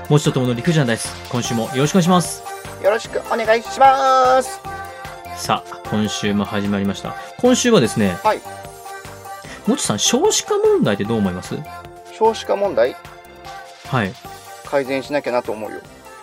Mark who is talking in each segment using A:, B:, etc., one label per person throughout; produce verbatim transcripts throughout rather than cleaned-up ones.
A: もちとともの陸上です。今週もよろしくお願いします。
B: よろしくお願いします。
A: さあ、今週も始まりました。今週はですね、
B: はい。
A: もちさん、少子化問題ってどう思います？
B: 少子化問題？
A: はい。
B: 改善しなきゃなと思うよ。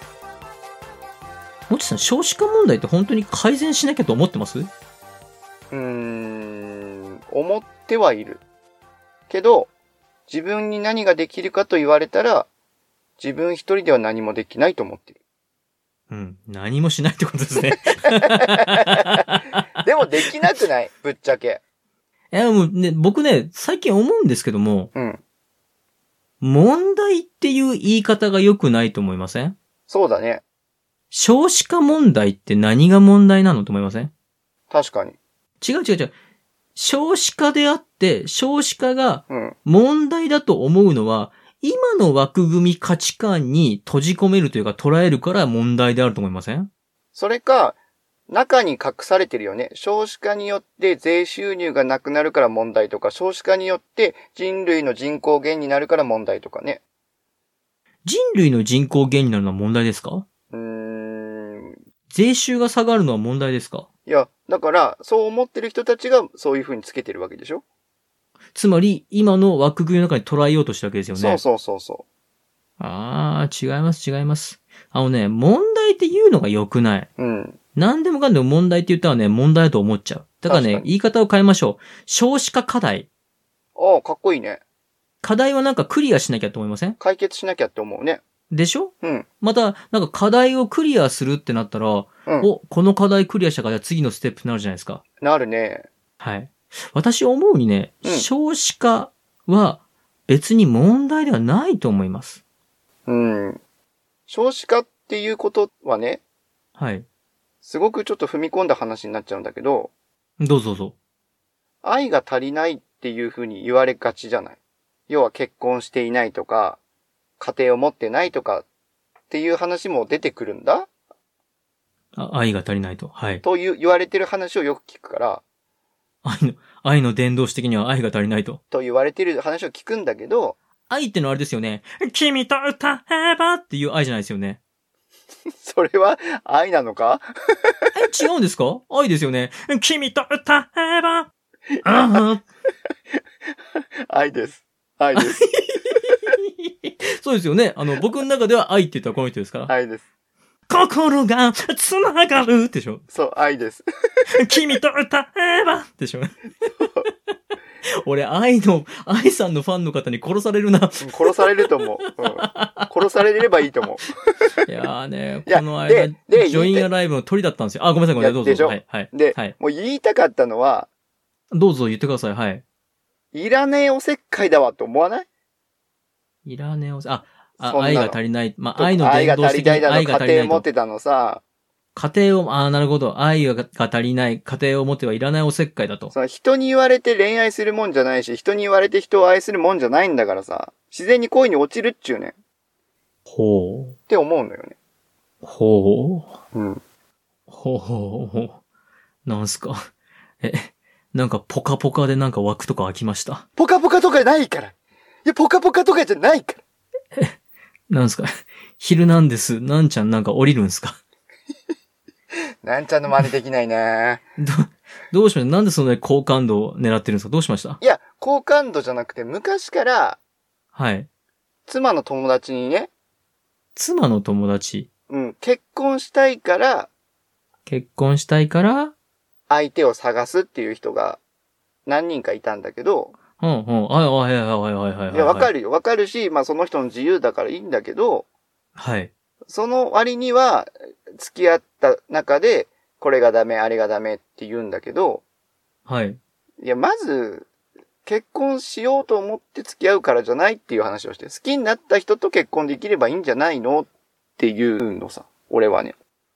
A: もちさん、少子化問題って本当に改善しなきゃと思ってます？
B: うーん、思ってはいる。けど、自分に何ができるかと言われたら、自分一人では何もできないと思ってる。
A: うん、何もしないってことですね。
B: でもできなくない？ぶっちゃけ。
A: いや、もうね、僕ね、最近思うんですけども、
B: うん。
A: 問題っていう言い方が良くないと思いません？
B: そうだね。
A: 少子化問題って何が問題なのと思いません？
B: 確かに。
A: 違う違う違う。少子化であって、少子化が
B: うん。
A: 問題だと思うのは、今の枠組み価値観に閉じ込めるというか捉えるから問題であると思いません？
B: それか、中に隠されてるよね。少子化によって税収入がなくなるから問題とか、少子化によって人類の人口減になるから問題とかね。
A: 人類の人口減になるのは問題ですか？
B: うーん。
A: 税収が下がるのは問題ですか？
B: いや、だから、そう思ってる人たちがそういう風につけてるわけでしょ？
A: つまり、今の枠組みの中に捉えようとしたわけですよね。
B: そうそうそうそう。
A: あー、違います、違います。あのね、問題って言うのが良くない。
B: うん。
A: 何でもかんでも問題って言ったらね、問題だと思っちゃう。だからね、
B: 確かに
A: 言い方を変えましょう。少子化課題。
B: ああ、かっこいいね。
A: 課題はなんかクリアしなきゃと思いません？
B: 解決しなきゃって思うね。
A: でしょ？
B: うん。
A: また、なんか課題をクリアするってなったら、
B: うん。
A: お、この課題クリアしたから次のステップになるじゃないですか。
B: なるね。
A: はい。私思うにね、
B: うん
A: 少子化は別に問題ではないと思います。
B: うん。少子化っていうことはね、
A: はい。
B: すごくちょっと踏み込んだ話になっちゃうんだけど、
A: どうぞどうぞ。
B: 愛が足りないっていう風に言われがちじゃない。要は結婚していないとか、家庭を持ってないとかっていう話も出てくるんだ
A: あ、愛が足りないと。はい。
B: という言われてる話をよく聞くから、
A: 愛の、愛の伝道師的には愛が足りないと。
B: と言われてる話を聞くんだけど、
A: 愛ってのはあれですよね。君と歌えばっていう愛じゃないですよね。
B: それは愛なのか？
A: え、違うんですか？愛ですよね。君と歌えば。あ
B: 愛です。愛です。
A: そうですよね。あの、僕の中では愛って言ったらこの人ですから。
B: 愛です。
A: 心が繋がるでしょ。
B: そう、愛です。
A: 君と歌えばでしょ。俺、愛の、愛さんのファンの方に殺されるな。
B: 殺されると思う。うん、殺されればいいと思う。
A: いやーね、
B: いや
A: この間、
B: でで
A: ジョインアライブの鳥だったんですよ。あ、ごめんなさい、ごめんなさい、どうぞ。
B: でしょ
A: はい、はい。
B: で、
A: はい。
B: もう言いたかったのは、
A: どうぞ言ってください、はい。
B: いらねえおせっかいだわと思わない？
A: いらねえおせ、あ、あ
B: そんなの
A: 愛が足りない。まあ、愛の
B: 愛が
A: 伝道的に
B: 足りないだの、
A: 愛が足りないと。
B: 家庭持ってたのさ、
A: 家庭を、ああ、なるほど。愛が足りない。家庭を持ってはいらないおせっかいだと。
B: その人に言われて恋愛するもんじゃないし、人に言われて人を愛するもんじゃないんだからさ、自然に恋に落ちるっちゅうねん。っ
A: ほう。
B: て思うのよね。
A: ほう。
B: うん。
A: ほうほうほう。なんすか。え、なんかポカポカでなんか枠とか開きました。
B: ポカポカとかないから。いや、ポカポカとかじゃないから。
A: なんすか。ヒルナンデス、なんちゃんなんか降りるんすか。
B: なんちゃんの真似できないね。
A: ど、どうしました？なんでそんなに好感度を狙ってるんですか？どうしました？
B: いや、好感度じゃなくて、昔から、
A: はい。
B: 妻の友達にね、
A: 妻の友達。
B: うん、結婚したいから、
A: 結婚したいから、
B: 相手を探すっていう人が何人かいたんだけど、
A: うんうん。はいはいはいはいはいはいはい。
B: いや、わか
A: る。
B: るよ。わかるし、まあその人の自由だからいいんだけど、
A: はい。
B: その割には、付き合った中で、これがダメ、あれがダメって言うんだけど、
A: はい。
B: いや、まず、結婚しようと思って付き合うからじゃないっていう話をして、好きになった人と結婚できればいいんじゃないのっていうのさ、俺はね。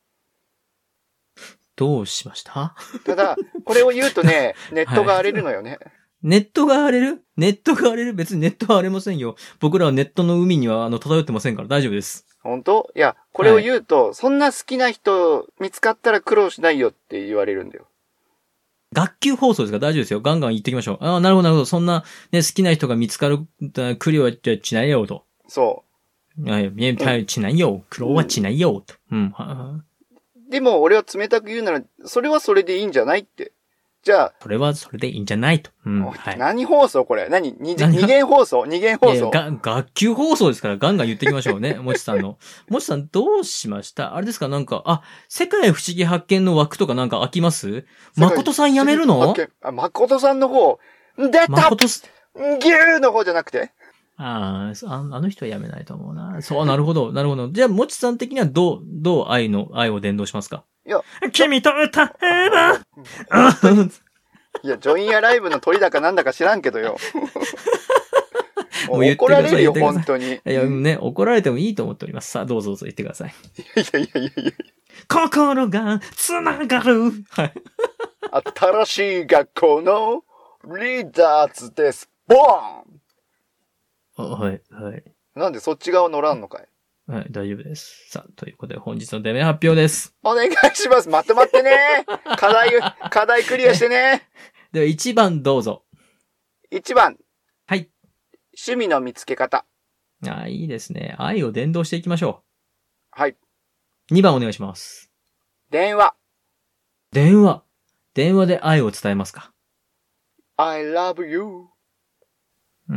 A: どうしました？
B: ただ、これを言うとね、ネットが荒れるのよね。
A: ネットが荒れる？ネットが荒れる？別にネットは荒れませんよ。僕らはネットの海にはあの漂ってませんから大丈夫です。
B: 本当？いや、これを言うと、はい、そんな好きな人見つかったら苦労しないよって言われるんだよ。
A: 学級放送ですから大丈夫ですよ。ガンガン言ってきましょう。ああ、なるほどなるほど。そんなね、好きな人が見つかる、苦労はしないよと。
B: そ
A: はい、見たいちないよ。黒はちないよ。と。うん。
B: でも、俺は冷たく言うなら、それはそれでいいんじゃないって。じゃあ。
A: それはそれでいいんじゃないと。うん。はい、
B: 何放送これ何二元放送二元放送
A: が学級放送ですからガンガン言っていきましょうね。もちさんの。もちさんどうしました？あれですかなんか、あ、世界不思議発見の枠とかなんか空きます？誠さん辞めるの？
B: あ、誠さんの方。出た誠す、ギューの方じゃなくて
A: ああ、あの人は辞めないと思うな。そう、なるほど、なるほど。じゃあ、もちさん的にはどう、どう愛の、愛を伝導しますか？
B: いや、
A: 君と歌えば
B: いや、ジョインアライブの鳥だかなんだか知らんけどよ。もう怒られるよ、本当に。
A: いや、ね、怒られてもいいと思っております。さあ、どうぞどうぞ言ってください。
B: いやいやいやいや
A: 心が繋がる。はい。
B: 新しい学校のリーダーズです。ボーン！
A: はい、はい。
B: なんでそっち側乗らんのかい？
A: はい、大丈夫です。さあ、ということで本日のデメ発表です。
B: お願いします。まとまってね。課題、課題クリアしてね。
A: では、いちばんどうぞ。
B: いちばん。
A: はい。
B: 趣味の見つけ方。
A: ああ、いいですね。愛を伝導していきましょ
B: う。はい。
A: にばんお願いします。
B: 電話。
A: 電話。電話で愛を伝えますか？
B: I love you.
A: うん。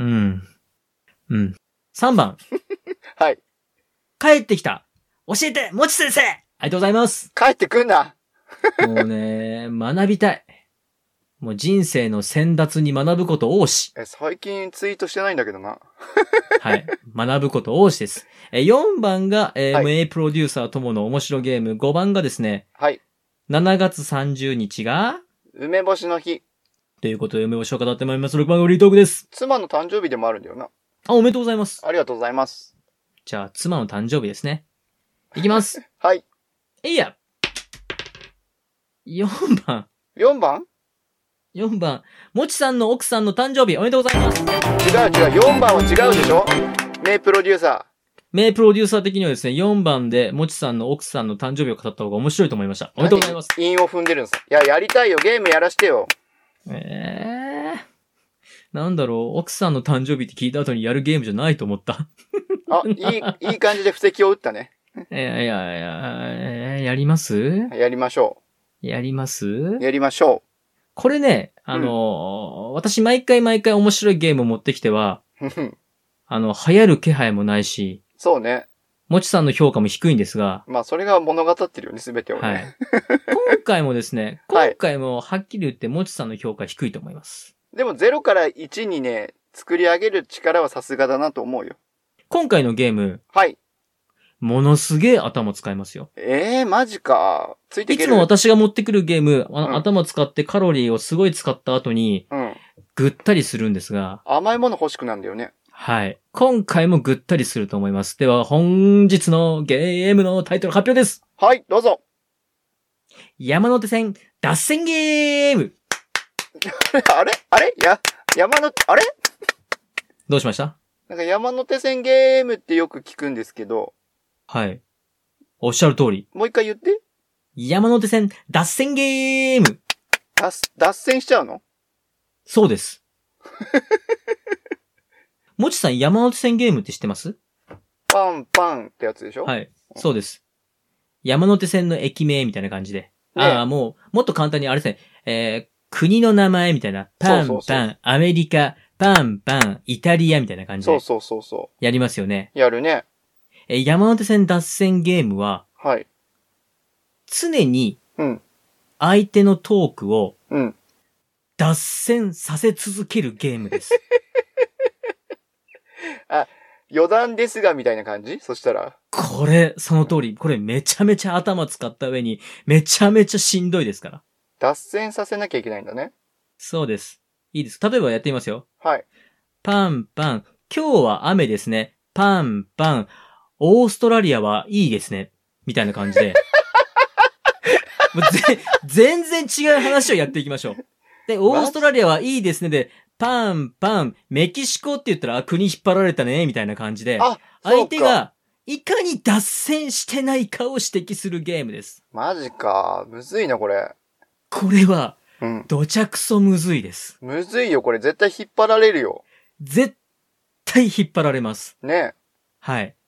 A: うん。さんばん。
B: はい。
A: 帰ってきた。教えて、もち先生！ありがとうございます。
B: 帰ってくんな。
A: もうね、学びたい。もう人生の先達に学ぶこと多し。
B: え、最近ツイートしてないんだけどな。
A: はい。学ぶこと多しです。え、よんばんが、えーはい、エムエー プロデューサーともの面白ゲーム。ごばんがですね。
B: はい。
A: しちがつさんじゅうにちが、
B: 梅干しの日。
A: ということで、梅干しを語ってまいります。ろくばんがフリートークです。
B: 妻の誕生日でもあるんだよな。
A: あ、おめでとうございます。
B: ありがとうございます。
A: じゃあ、妻の誕生日ですね。いきます。
B: はい。
A: えいや。よんばん。
B: よんばん ?
A: よんばん。もちさんの奥さんの誕生日おめでとうございます。
B: 違う違う。よんばんは違うでしょ？名プロデューサー。
A: 名プロデューサー的にはですね、よんばんでもちさんの奥さんの誕生日を語った方が面白いと思いました。おめでとうございます。
B: 韻を踏んでるんです。いや、やりたいよ。ゲームやらしてよ。
A: ええー。なんだろう、奥さんの誕生日って聞いた後にやるゲームじゃないと思った。
B: あ、いい、いい感じで布石を打ったね。
A: いやいやいや、やります？
B: やりましょ
A: う。やります
B: やりましょう。
A: これね、あの、うん、私毎回毎回面白いゲームを持ってきては、あの、流行る気配もないし、
B: そうね。
A: もちさんの評価も低いんですが。
B: まあ、それが物語ってるよね、すべてをね。
A: はい。今回もですね、今回もはっきり言ってもちさんの評価低いと思います。
B: でもゼロからいちにね、作り上げる力はさすがだなと思うよ。
A: 今回のゲーム。
B: はい。
A: ものすげえ頭使いますよ。
B: ええー、マジか。ついていける？
A: いつも私が持ってくるゲーム、あの、うん、頭使ってカロリーをすごい使った後に、うん、ぐったりするんですが。
B: 甘いもの欲しくなんだよね。
A: はい。今回もぐったりすると思います。では、本日のゲームのタイトル発表です。
B: はい、どうぞ。
A: 山手線脱線ゲーム
B: あれあれや、山の、あれ
A: どうしました？
B: なんか山手線ゲームってよく聞くんですけど。
A: はい。おっしゃる通り。
B: もう一回言って。
A: 山手線脱線ゲーム。
B: 脱、脱線しちゃうの？
A: そうです。もちさん山手線ゲームって知ってます？
B: パンパンってやつでしょ？
A: はい。そうです。山手線の駅名みたいな感じで。ね、ああ、もう、もっと簡単にあれですね。えー、国の名前みたいな。パンパン、そうそうそう、アメリカ、パンパン、イタリアみたいな感じで。
B: そうそうそうそう。
A: やりますよね。
B: やるね。
A: えー、山手線脱線ゲームは、
B: はい。
A: 常に、
B: うん。
A: 相手のトークを、
B: うん。
A: 脱線させ続けるゲームです。
B: あ、余談ですがみたいな感じ？そしたら。
A: これ、その通り。これめちゃめちゃ頭使った上に、めちゃめちゃしんどいですから。
B: 脱線させなきゃいけないんだね。
A: そうです。いいです。例えばやってみますよ。
B: はい。
A: パンパン。今日は雨ですね。パンパン。オーストラリアはいいですね。みたいな感じで。もうぜ全然違う話をやっていきましょう。で、オーストラリアはいいですねで、パンパン、メキシコって言ったら国引っ張られたね、みたいな感じで、
B: あ、
A: 相手がいかに脱線してないかを指摘するゲームです。
B: マジか。むずいな、これ。
A: これは、
B: うん。
A: どちゃくそむずいです。
B: むずいよ、これ。絶対引っ張られるよ。
A: 絶対引っ張られます。
B: ね。
A: はい。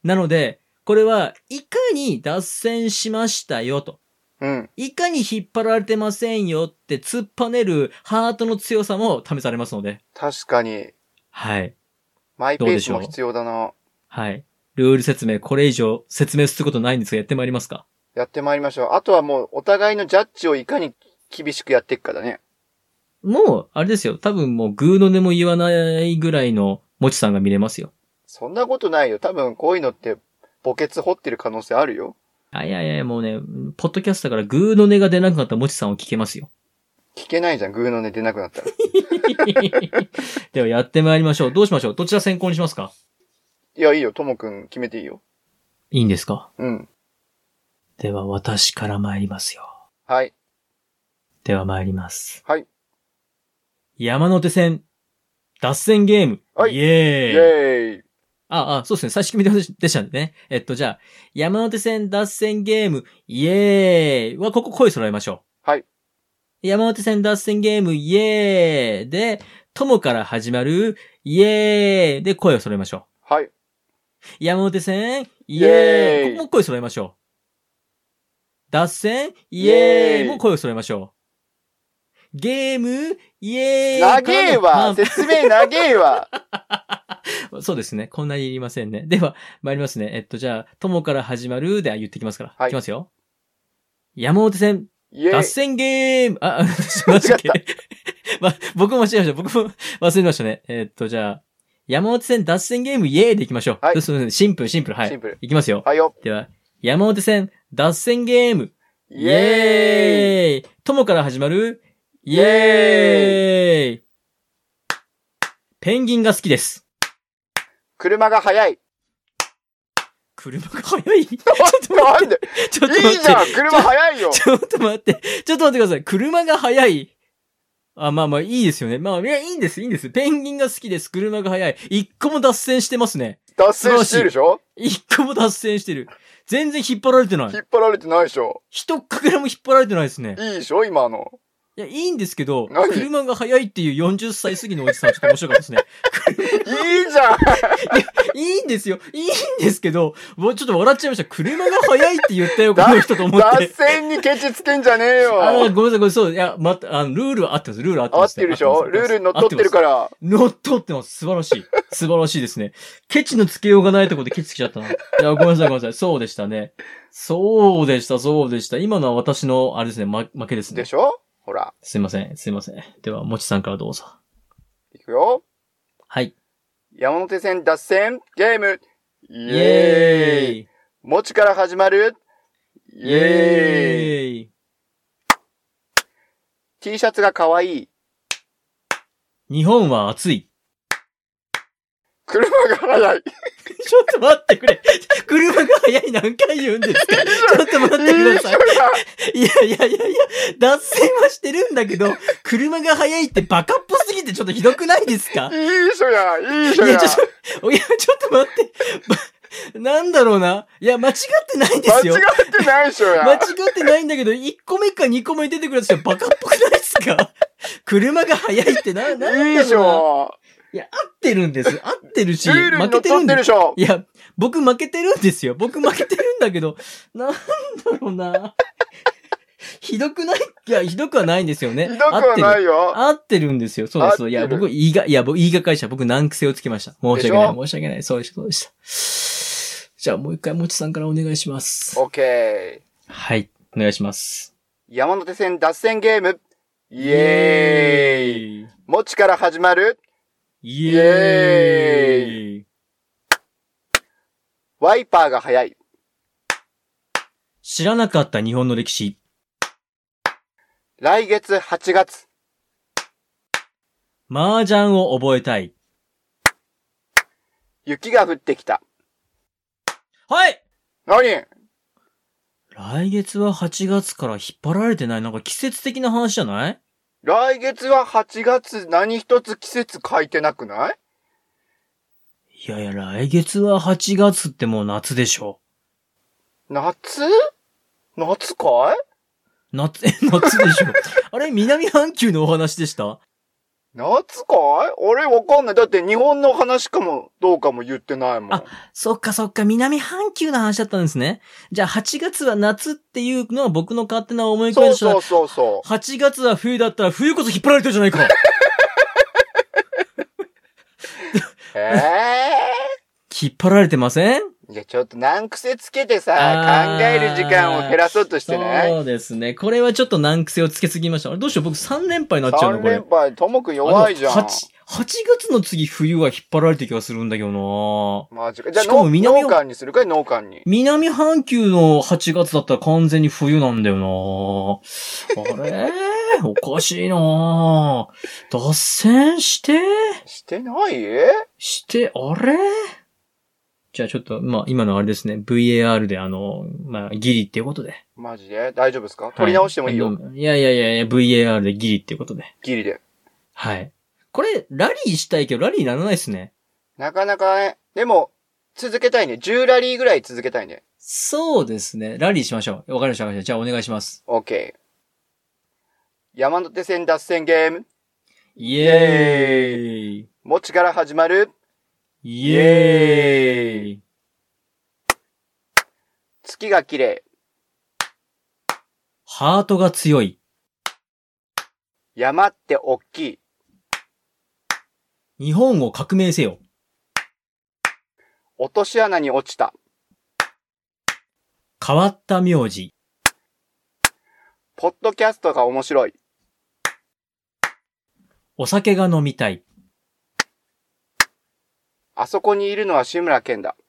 A: なので、これはいかに脱線しましたよと。
B: うん。
A: いかに引っ張られてませんよって突っぱねるハートの強さも試されますので。
B: 確かに。
A: はい。
B: マイペースも必要だな。
A: はい。ルール説明、これ以上説明することないんですが、やってまいりますか？
B: やってまいりましょう。あとはもう、お互いのジャッジをいかに厳しくやっていくかだね。
A: もう、あれですよ。多分もう、グーの音も言わないぐらいの、もちさんが見れますよ。
B: そんなことないよ。多分、こういうのって、墓穴掘ってる可能性あるよ。
A: あ、いやいや、もうね、ポッドキャストだからグーの音が出なくなったもちさんを聞けますよ。
B: 聞けないじゃん、グーの音出なくなったら。
A: では、やってまいりましょう。どうしましょう？どちら先行にしますか？
B: いや、いいよ。ともくん決めていいよ。
A: いいんですか？
B: うん。
A: では、私から参りますよ。
B: はい。
A: では参ります。
B: はい。
A: 山手線、脱線ゲーム。
B: はい。
A: イエーイ。
B: イェーイ。
A: ああ、そうですね。最初決めてでしたんでね。えっと、じゃあ、山手線脱線ゲーム、イエーイは、ここ声揃えましょ
B: う。はい。
A: 山手線脱線ゲーム、イエーイで、友から始まる、イエーイで声を揃えましょ
B: う。はい。
A: 山手線、イエーイ。ここも声揃えましょう。脱線、イエーイも声を揃えましょう。ゲーム、イエーイ。
B: 長えわ。説明長えわ。
A: そうですね。こんなにいりませんね。では、参りますね。えっと、じゃあ、友から始まるで言ってきますから。はい。いきますよ。山手線、脱線ゲーム。あ、すいません。ま、僕も間違えました。僕も忘れましたね。えっと、じゃあ、山手線脱線ゲームイエーイでいきましょう。はい。シンプル、シンプル。はい。シンプル。いきますよ。
B: はいよ。
A: では、山手線脱線ゲームイエーイ。友から始まるイエーイ。ペンギンが好きです。
B: 車が速い。
A: 車が速い？ちょっ
B: と待って。ちょっと待って。いいじゃん、車速いよ。
A: ちょっと待って。ちょっと待ってください。車が速い。あ、まあまあいいですよね。まあ、いや、いいんです、いいんです。ペンギンが好きです。車が速い。一個も脱線してますね。
B: 脱線してるでしょ？
A: 一個も脱線してる。全然引っ張られてない。
B: 引っ張られてないでしょ。
A: 一かけらも引っ張られてないですね。
B: いいでしょ今の。
A: いや、いいんですけど、車が速いっていうよんじゅっさい過ぎのおじさんはちょっと面白かったですね。
B: いいじゃん。
A: いや、いいんですよ。いいんですけど、もうちょっと笑っちゃいました。車が速いって言ったよ、この人と思って。
B: 脱線にケチつけんじゃねえよ。
A: あ、ごめんなさい、ごめんなさい。そう、いや、ま、あの、ルールは合ってます。ルールは合ってます、
B: ね。合ってるでしょ？ルールに乗っ取ってるから。
A: 乗っ取ってます。素晴らしい。素晴らしいですね。ケチのつけようがないところでケチつけちゃったな。いや、ごめんなさい、ごめんなさい。そうでしたね。そうでした、そうでした。今のは私の、あれですね、ま、負けですね。
B: でしょ？ほら。
A: すいません、すいません。では、もちさんからどうぞ。
B: いくよ。
A: はい。
B: 山手線脱線ゲーム
A: イエーイ。
B: もちから始まるイエーイ。T シャツがかわいい。
A: 日本は暑い。
B: 車が速い。
A: ちょっと待ってくれ。車が速い何回言うんですか？ちょっと待ってください。いやいやいやいや、脱線はしてるんだけど、車が速いってバカっぽすぎてちょっとひどくないですか？
B: いい人や、いい人や。いや、ちょっ
A: と、いや、ちょっと待って。なんだろうな。いや、間違ってないですよ。
B: 間違ってないでしょや。
A: 間違ってないんだけど、いっこめかにこめ出てくるやつはバカっぽくないですか？車が速いってな、なんだろうな。
B: いいでしょ。
A: いや、合ってるんです。合ってるし、
B: ルールにのっとってるでしょ。
A: いや、僕負けてるんですよ。僕負けてるんだけど、なんだろうな。ひどくない？いや、ひどくはないんですよね。
B: ひどくはないよ。
A: 合ってるんですよ。そうです。いや、僕、言いが、いや、僕、言いが会社、僕、難癖をつけました。申し訳ない。申し訳ない。そうでした、そうでした。じゃあ、もう一回、もちさんからお願いします。
B: オッケ
A: ー。はい。お願いします。
B: 山手線脱線ゲーム。イエーイ。もちから始まる。
A: イエーイ。
B: ワイパーが速い。
A: 知らなかった日本の歴史。
B: 来月はちがつ。
A: 麻雀を覚えたい。
B: 雪が降ってきた。
A: はい。
B: 何？
A: 来月ははちがつから引っ張られてない？なんか季節的な話じゃない？
B: 来月ははちがつ、何一つ季節書いてなくない？
A: いやいや、来月ははちがつってもう夏でしょ。
B: 夏？夏かい？
A: 夏、え、夏でしょ。あれ、南半球のお話でした？
B: 夏かい？俺わかんない。だって日本の話かもどうかも言ってないもん。
A: あ、そっかそっか、南半球の話だったんですね。じゃあはちがつは夏っていうのは僕の勝手な思い込みでした。
B: そうそうそうそう。
A: はちがつは冬だったら冬こそ引っ張られてるじゃないか。
B: ええ
A: ー、引っ張られてません？
B: いや、ちょっと難癖つけてさ、考える時間を減らそうとしてね。
A: そうですね。これはちょっと難癖をつけすぎました。どうしよう、僕さん連敗になっちゃうのこれ。
B: さん連敗、ともくん弱いじゃん。
A: はち、はちがつの次冬は引っ張られてる気がするんだけどな。
B: マジか。じゃあ農家にするかい？農家に。
A: 南半球のはちがつだったら完全に冬なんだよな。あれおかしいな。脱線して
B: してない
A: して、あれじゃあちょっと、まあ今のあれですね、ブイエーアール であの、まあギリっていうことで。
B: マジで大丈夫ですか？取り直してもいいよ。
A: はい、いやいやいやいや、ブイエーアール でギリっていうことで。
B: ギリで。
A: はい。これ、ラリーしたいけど、ラリーにならないですね。
B: なかなかね、でも、続けたいね。じゅうラリーぐらい続けたいね。
A: そうですね。ラリーしましょう。わかりました、わかりました。じゃあお願いします。
B: OK。山手線脱線ゲーム。
A: イエーイ。
B: もちから始まる。
A: イエーイ。
B: 月が綺麗。
A: ハートが強い。
B: 山っておっきい。
A: 日本を革命せよ。
B: 落とし穴に落ちた。
A: 変わった名字。
B: ポッドキャストが面白い。
A: お酒が飲みたい。
B: あそこにいるのは志村けんだ。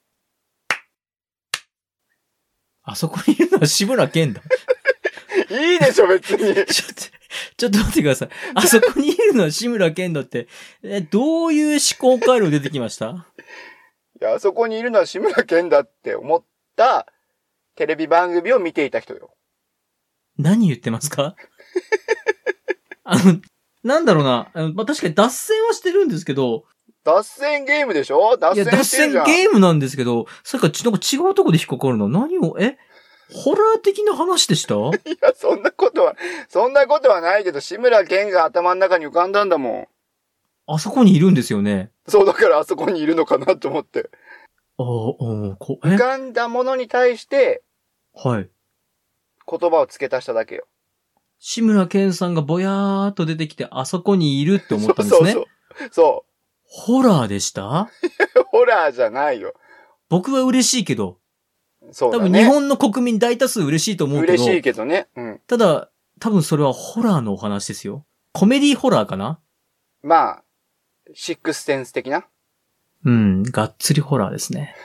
A: あそこにいるのは志村けんだ。
B: いいでしょ別に。
A: ちょっと、ちょっと待ってください。あそこにいるのは志村けんだって、え、どういう思考回路出てきました？
B: いや、あそこにいるのは志村けんだって思ったテレビ番組を見ていた人よ。
A: 何言ってますか？あの、なんだろうな。あのまあ、確かに脱線はしてるんですけど。
B: 脱線ゲームでしょ？脱線してるじゃん。
A: いや、脱線ゲームなんですけど、さっきからなんか違うとこで引っかかるの。何を、えホラー的な話でした？い
B: や、そんなことは、そんなことはないけど、志村けんが頭の中に浮かんだんだもん。
A: あそこにいるんですよね。
B: そう、だからあそこにいるのかなと思って。
A: ああ、こ
B: 浮かんだものに対して、
A: はい。
B: 言葉を付け足しただけよ。
A: 志村けんさんがぼやーっと出てきて、あそこにいるって思ったんですね。
B: そうそうそう。そう。
A: ホラーでした？
B: ホラーじゃないよ。
A: 僕は嬉しいけど。
B: そうだね。
A: 多分日本の国民大多数嬉しいと思うけど。
B: 嬉しいけどね。うん。
A: ただ、多分それはホラーのお話ですよ。コメディホラーかな？
B: まあ、シックスセンス的な？
A: うん、がっつりホラーですね。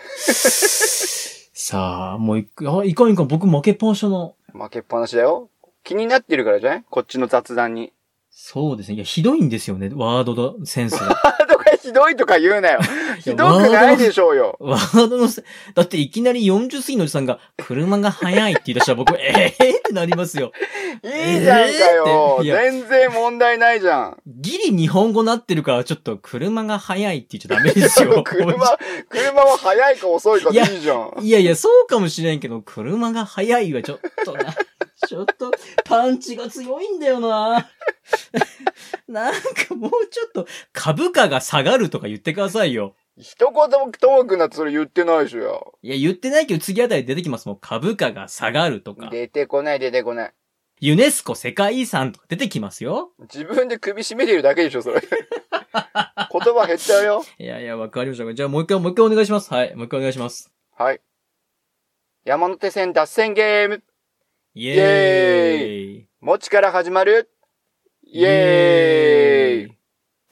A: さあ、もういく、あ、いかんいかん、僕負けっぱなしだな。
B: 負けっぱなしだよ。気になってるからじゃない？こっちの雑談に。
A: そうですね。いや、ひどいんですよね。ワードのセンスが。
B: ワードがひどいとか言うなよ。ひどくないでしょうよ。
A: ワードのせ、だっていきなりよんじゅっ過ぎのおじさんが、車が速いって言い出したら僕、ええー、ってなりますよ。
B: いいじゃんかよ、えー。全然問題ないじゃん。
A: ギリ日本語なってるからちょっと車が速いって言っちゃダメですよ。
B: 車、車は速いか遅いかでいいじゃん。
A: いやいや、そうかもしれんけど、車が速いはちょっとな。ちょっと、パンチが強いんだよな。なんかもうちょっと、株価が下がるとか言ってくださいよ。
B: 一言もともくんだってそれ言ってないでしょよ。
A: いや、言ってないけど次あたり出てきますもん。株価が下がるとか。
B: 出てこない出てこない。
A: ユネスコ世界遺産とか出てきますよ。
B: 自分で首絞めてるだけでしょ、それ。言葉減っちゃうよ。
A: いやいや、わかりました。じゃあもう一回、もう一回お願いします。はい。もう一回お願いします。
B: はい。山手線脱線ゲーム。
A: イエーイ。
B: もちから始まる。イエーイ。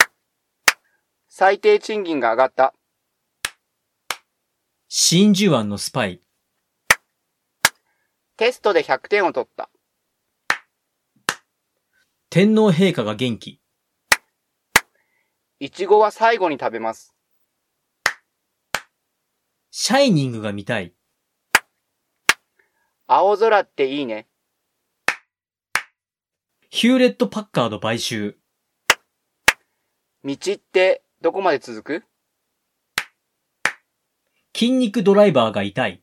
B: 最低賃金が上がった。
A: 真珠湾のスパイ。
B: テストでひゃくてんを取った。
A: 天皇陛下が元気。
B: いちごは最後に食べます。
A: シャイニングが見たい。
B: 青空っていいね。
A: ヒューレットパッカード買収。
B: 道ってどこまで続く？
A: 筋肉ドライバーが痛い。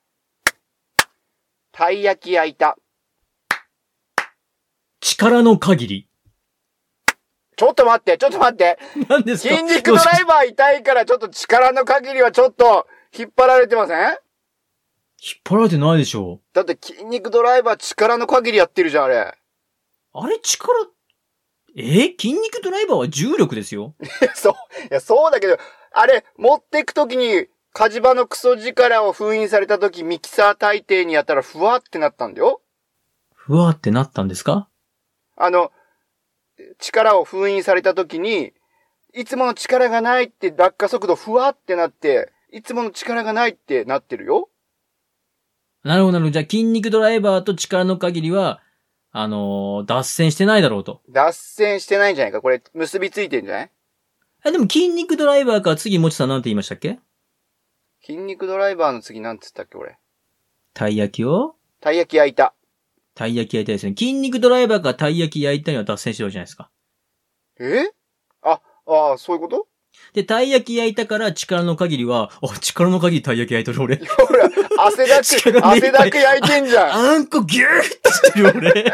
B: たい焼き焼いた。
A: 力の限り。
B: ちょっと待って、ちょっと待って。
A: 何ですか？
B: 筋肉ドライバー痛いからちょっと力の限りはちょっと引っ張られてません？引っ
A: 張られてないでしょ。
B: だって筋肉ドライバー力の限りやってるじゃん、あれ。
A: あれ力、えー、筋肉ドライバーは重力ですよ。
B: そう、いや、そうだけど、あれ、持ってくときに、火事場のクソ力を封印されたとき、ミキサー大抵にやったら、ふわってなったんだよ。
A: ふわってなったんですか？
B: あの、力を封印されたときに、いつもの力がないって落下速度ふわってなって、いつもの力がないってなってるよ。
A: なるほど、なるほど。じゃあ、筋肉ドライバーと力の限りは、あのー、脱線してないだろうと。
B: 脱線してないんじゃないか？これ、結びついてんじゃない？
A: え、でも筋肉ドライバーから次、もちさんなんて言いましたっけ？
B: 筋肉ドライバーの次なんつったっけ、俺。
A: たい焼きを
B: たい焼き焼いた。
A: たい焼き焼いたですね。筋肉ドライバーからたい焼き焼いたには脱線してるじゃないですか。
B: え？あ、ああ、そういうこと？
A: で、たい焼き焼いたから力の限りは、あ、力の限りたい焼き焼いてる俺。
B: ほら、汗だく、汗だく焼いてんじゃん。
A: あ, あんこギューってしてる俺。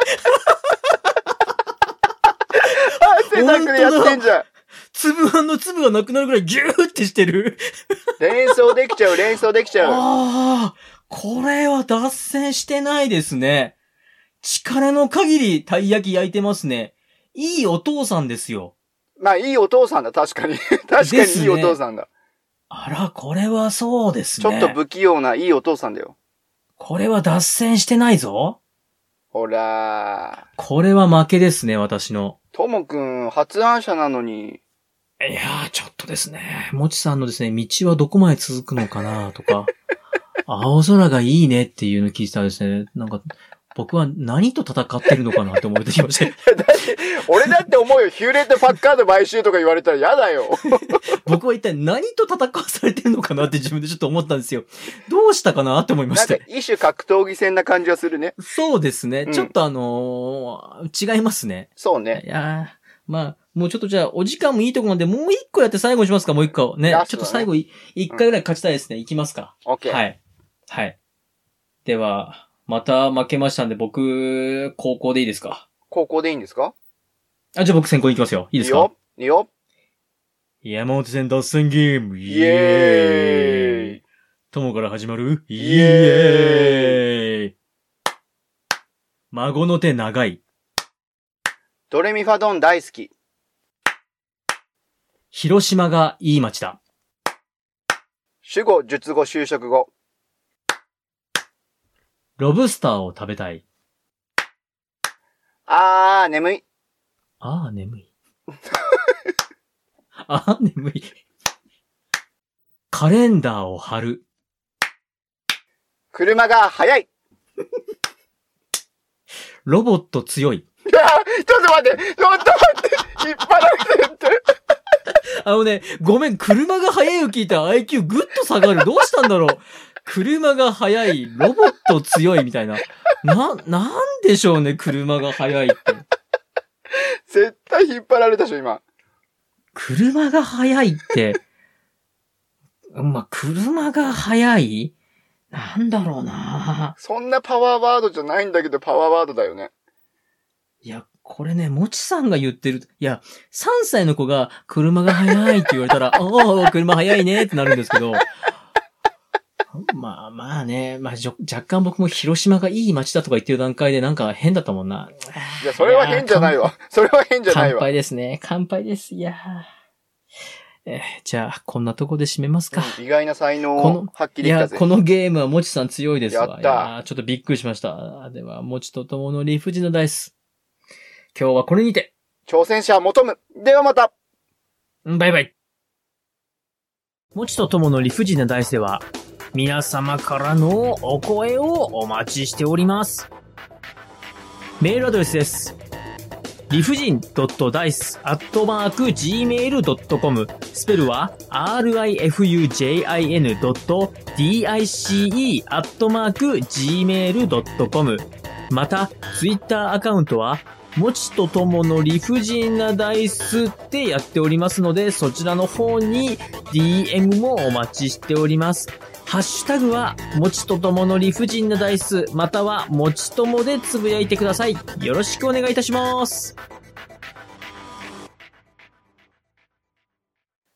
B: 汗だくでやってんじゃん。
A: 粒あんの粒がなくなるぐらいギューってしてる。
B: 連想できちゃう、連想できちゃう。
A: ああ、これは脱線してないですね。力の限りたい焼き焼いてますね。いいお父さんですよ。
B: まあ、いいお父さんだ、確かに。確かにいいお父さんだ。
A: あら、これはそうですね。
B: ちょっと不器用ないいお父さんだよ。
A: これは脱線してないぞ。
B: ほらー。
A: これは負けですね、私の。
B: ともくん、発案者なのに。
A: いやー、ちょっとですね。もちさんのですね、道はどこまで続くのかなとか、青空がいいねっていうのを聞いてたらですね、なんか、僕は何と戦ってるのかなって思ってきました。
B: だって、俺だって思うよ。ヒューレット・パッカード買収とか言われたら嫌だよ。
A: 僕は一体何と戦わされてるのかなって自分でちょっと思ったんですよ。どうしたかなって思いました。
B: なんか一種格闘技戦な感じはするね。
A: そうですね。
B: うん、
A: ちょっとあのー、違いますね。
B: そうね。
A: いやー、まあ、もうちょっとじゃあ、お時間もいいとこなんで、もう一個やって最後にしますか、もう一個。ね。ねちょっと最後い、一回ぐらい勝ちたいですね。うん、いきますか。
B: オッケー。
A: はい。はい。では、また負けましたんで、僕、高校でいいですか？
B: 高校でいいんですか？
A: あ、じゃあ僕先行いきますよ。いいですか？
B: いいよ。いいよ。
A: 山手線脱線ゲーム。
B: イエーイ。
A: 友から始まるイエーイ。孫の手長い。
B: ドレミファドン大好き。
A: 広島がいい街だ。
B: 主語、述語、修飾語。
A: ロブスターを食べたい。
B: あー、眠い。
A: あー、眠い。あー、眠い。カレンダーを貼る。
B: 車が速い。
A: ロボット強い。
B: いや、ちょっと待って、ちょっと待って、引っ張られてって。
A: あのね、ごめん、車が速いを聞いたら アイキュー ぐっと下がる。どうしたんだろう。車が速い、ロボット強いみたいな。な、なんでしょうね、車が速いって。
B: 絶対引っ張られたでしょ、今。
A: 車が速いって、まあ、車が速いなんだろうな。
B: そんなパワーワードじゃないんだけど、パワーワードだよね。
A: いや、これね、もちさんが言ってる。いや、さんさいの子が車が速いって言われたら、おー、車速いねってなるんですけど、まあまあね、まあ若干僕も広島がいい街だとか言ってる段階でなんか変だったもんな。
B: いや、それは変じゃないわ。それは変じゃないわ。
A: 乾杯ですね。乾杯です。いやえー、じゃあ、こんなとこで締めますか。
B: 意外な才能を発揮できたぜ。
A: いや、このゲームはもちさん強いですわ。
B: やった。
A: いやちょっとびっくりしました。では、もちとともの理不尽なダイス。今日はこれにて。
B: 挑戦者求む。ではまた。
A: バイバイ。もちとともの理不尽なダイスでは、皆様からのお声をお待ちしております。メールアドレスです。理不尽 .dice アットマーク ジーメールドットコム スペルは アールアイエフユージェイアイエヌドットディーアイシーイー アットマーク ジーメールドットコム また、ツイッターアカウントはもちとともの理不尽なダイスってやっておりますので、そちらの方に ディーエム もお待ちしております。ハッシュタグは、もちとともの理不尽なダイス、または、もちともでつぶやいてください。よろしくお願いいたします。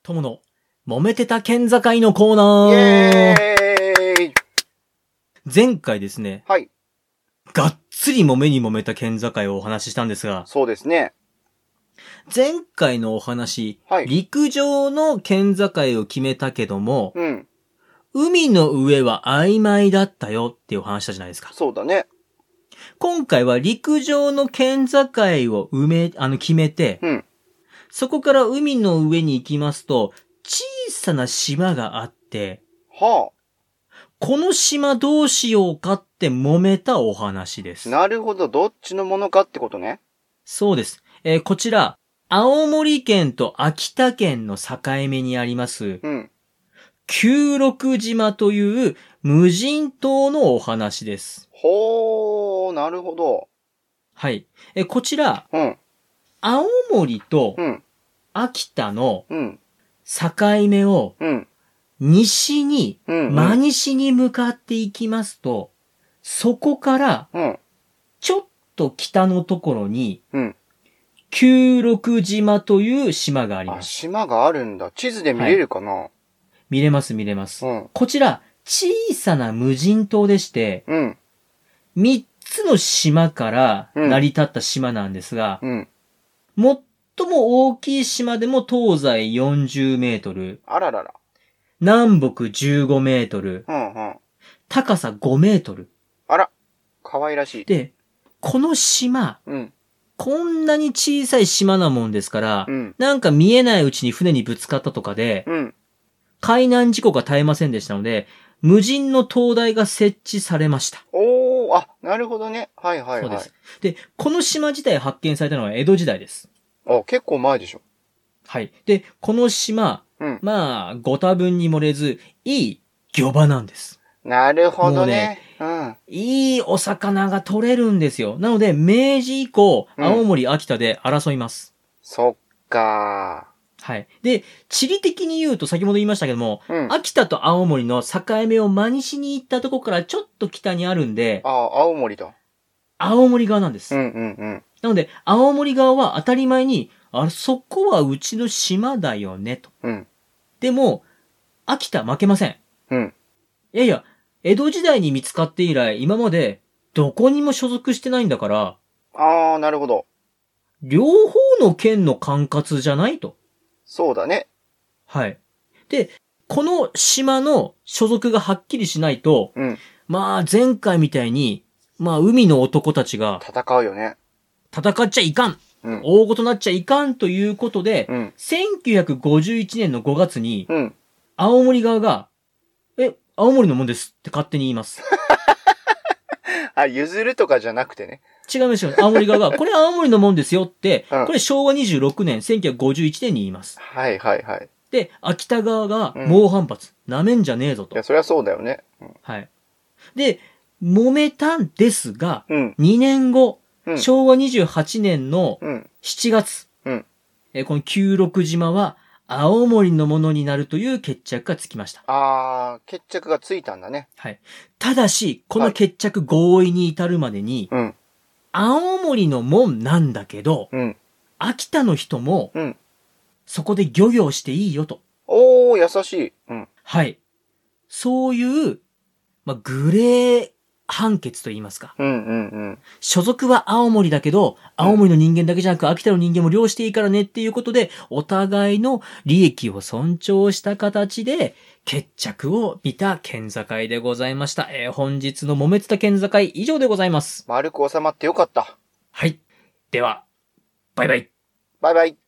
A: 友の揉めてた県境のコー
B: イ
A: ナー。
B: エーイ。
A: 前回ですね、
B: はい。
A: がっつり揉めに揉めた県境をお話ししたんですが、
B: そうですね。
A: 前回のお話、
B: はい。
A: 陸上の県境を決めたけども、
B: うん。
A: 海の上は曖昧だったよっていうお話したじゃないですか。
B: そうだね。
A: 今回は陸上の県境を埋め、あの決めて、
B: うん。
A: そこから海の上に行きますと、小さな島があって、
B: は
A: この島どうしようかって揉めたお話で
B: あ。
A: す。
B: なるほど。どっちのものかってことね。
A: そうです。えーこちら、青森県と秋田県の境目にあります、
B: うん。
A: 九六島という無人島のお話です。
B: ほー、なるほど。
A: はい。えーこちら、
B: うん。
A: 青森と
B: うん。
A: 秋田の
B: うん。
A: 境目を
B: うん。
A: 西に、
B: うん。
A: 真西に向かっていきますと、そこから
B: うん。
A: ちょっと北のところに、
B: うん。
A: 九六島という島があり
B: あ、
A: ます。
B: 島があるんだ。地図で見れるかな、
A: 見れます見れます。
B: うん。
A: こちら、小さな無人島でして、
B: うん。
A: 三つの島から
B: うん
A: 成り立った島なんですが、
B: うん。
A: 最も大きい島でも東西よんじゅうメートル、
B: あららら。
A: 南北じゅうごメートル、
B: うんうん。
A: 高さごメートル。
B: あら。可愛らしい。
A: で、この島、
B: うん。
A: こんなに小さい島なもんですから、
B: うん。
A: なんか見えないうちに船にぶつかったとかで、
B: うん。
A: 海難事故が絶えませんでしたので、無人の灯台が設置されました。
B: おー、あ、なるほどね。はいはいはい。
A: そうです。で、この島自体発見されたのは江戸時代です。
B: あ、結構前でしょ。
A: はい。で、この島、
B: うん。
A: まあ、ご多分に漏れず、いい漁場なんです。
B: なるほどね。うん。
A: いいお魚が取れるんですよ。なので、明治以降、
B: うん
A: 青森、秋田で争います。
B: そっか
A: はい。で、地理的に言うと先ほど言いましたけども、
B: ー。うん。
A: 秋田と青森の境目を真西に行ったところからちょっと北にあるんで、
B: あ、青森だ。
A: 青森側なんです。
B: うんうんうん。
A: なので、青森側は当たり前に、あそこはうちの島だよね、と。
B: うん。
A: でも、秋田負けません。
B: うん。
A: いやいや、江戸時代に見つかって以来、今までどこにも所属してないんだから、
B: あー、なるほど。
A: 両方の県の管轄じゃないと。
B: そうだね。
A: はい。で、この島の所属がはっきりしないと、
B: うん。
A: まあ前回みたいに、まあ海の男たちが
B: 戦うよね。
A: 戦っちゃいかん。
B: うん。
A: 大ごとなっちゃいかんということで、
B: うん。
A: せんきゅうひゃくごじゅういちねんのごがつに、
B: うん。
A: 青森側が、え、青森のもんですって勝手に言います。
B: あ、譲るとかじゃなくてね。
A: 違いますよ。青森側が、これ青森のもんですよって、
B: うん
A: これしょうわにじゅうろくねん、せんきゅうひゃくごじゅういちねんに言います。
B: はいはいはい。
A: で、秋田側が猛反発。な、めんじゃねえぞと。
B: いや、そりゃそうだよね。うん。
A: はい。で、揉めたんですが、
B: うん。
A: にねんご、
B: うん。
A: しょうわにじゅうはちねんの
B: うん。
A: しちがつ、
B: うん
A: えーこの九六島は青森のものになるという決着がつきました。
B: あー、決着がついたんだね。
A: はい。ただし、この決着合意に至るまでに、
B: うん。
A: 青森のもんなんだけど、
B: うん。
A: 秋田の人も、
B: うん。
A: そこで漁業していいよと。
B: おー、優しい。うん。
A: はい。そういう、まあ、グレー判決と言いますか。
B: うんうんうん。
A: 所属は青森だけど、青森の人間だけじゃなく、秋田の人間も漁していいからねっていうことで、お互いの利益を尊重した形で、決着を見た県境でございました。えー本日の揉めてた県境以上でございます。
B: 丸く収まってよかった。
A: はい。では、バイバイ。
B: バイバイ。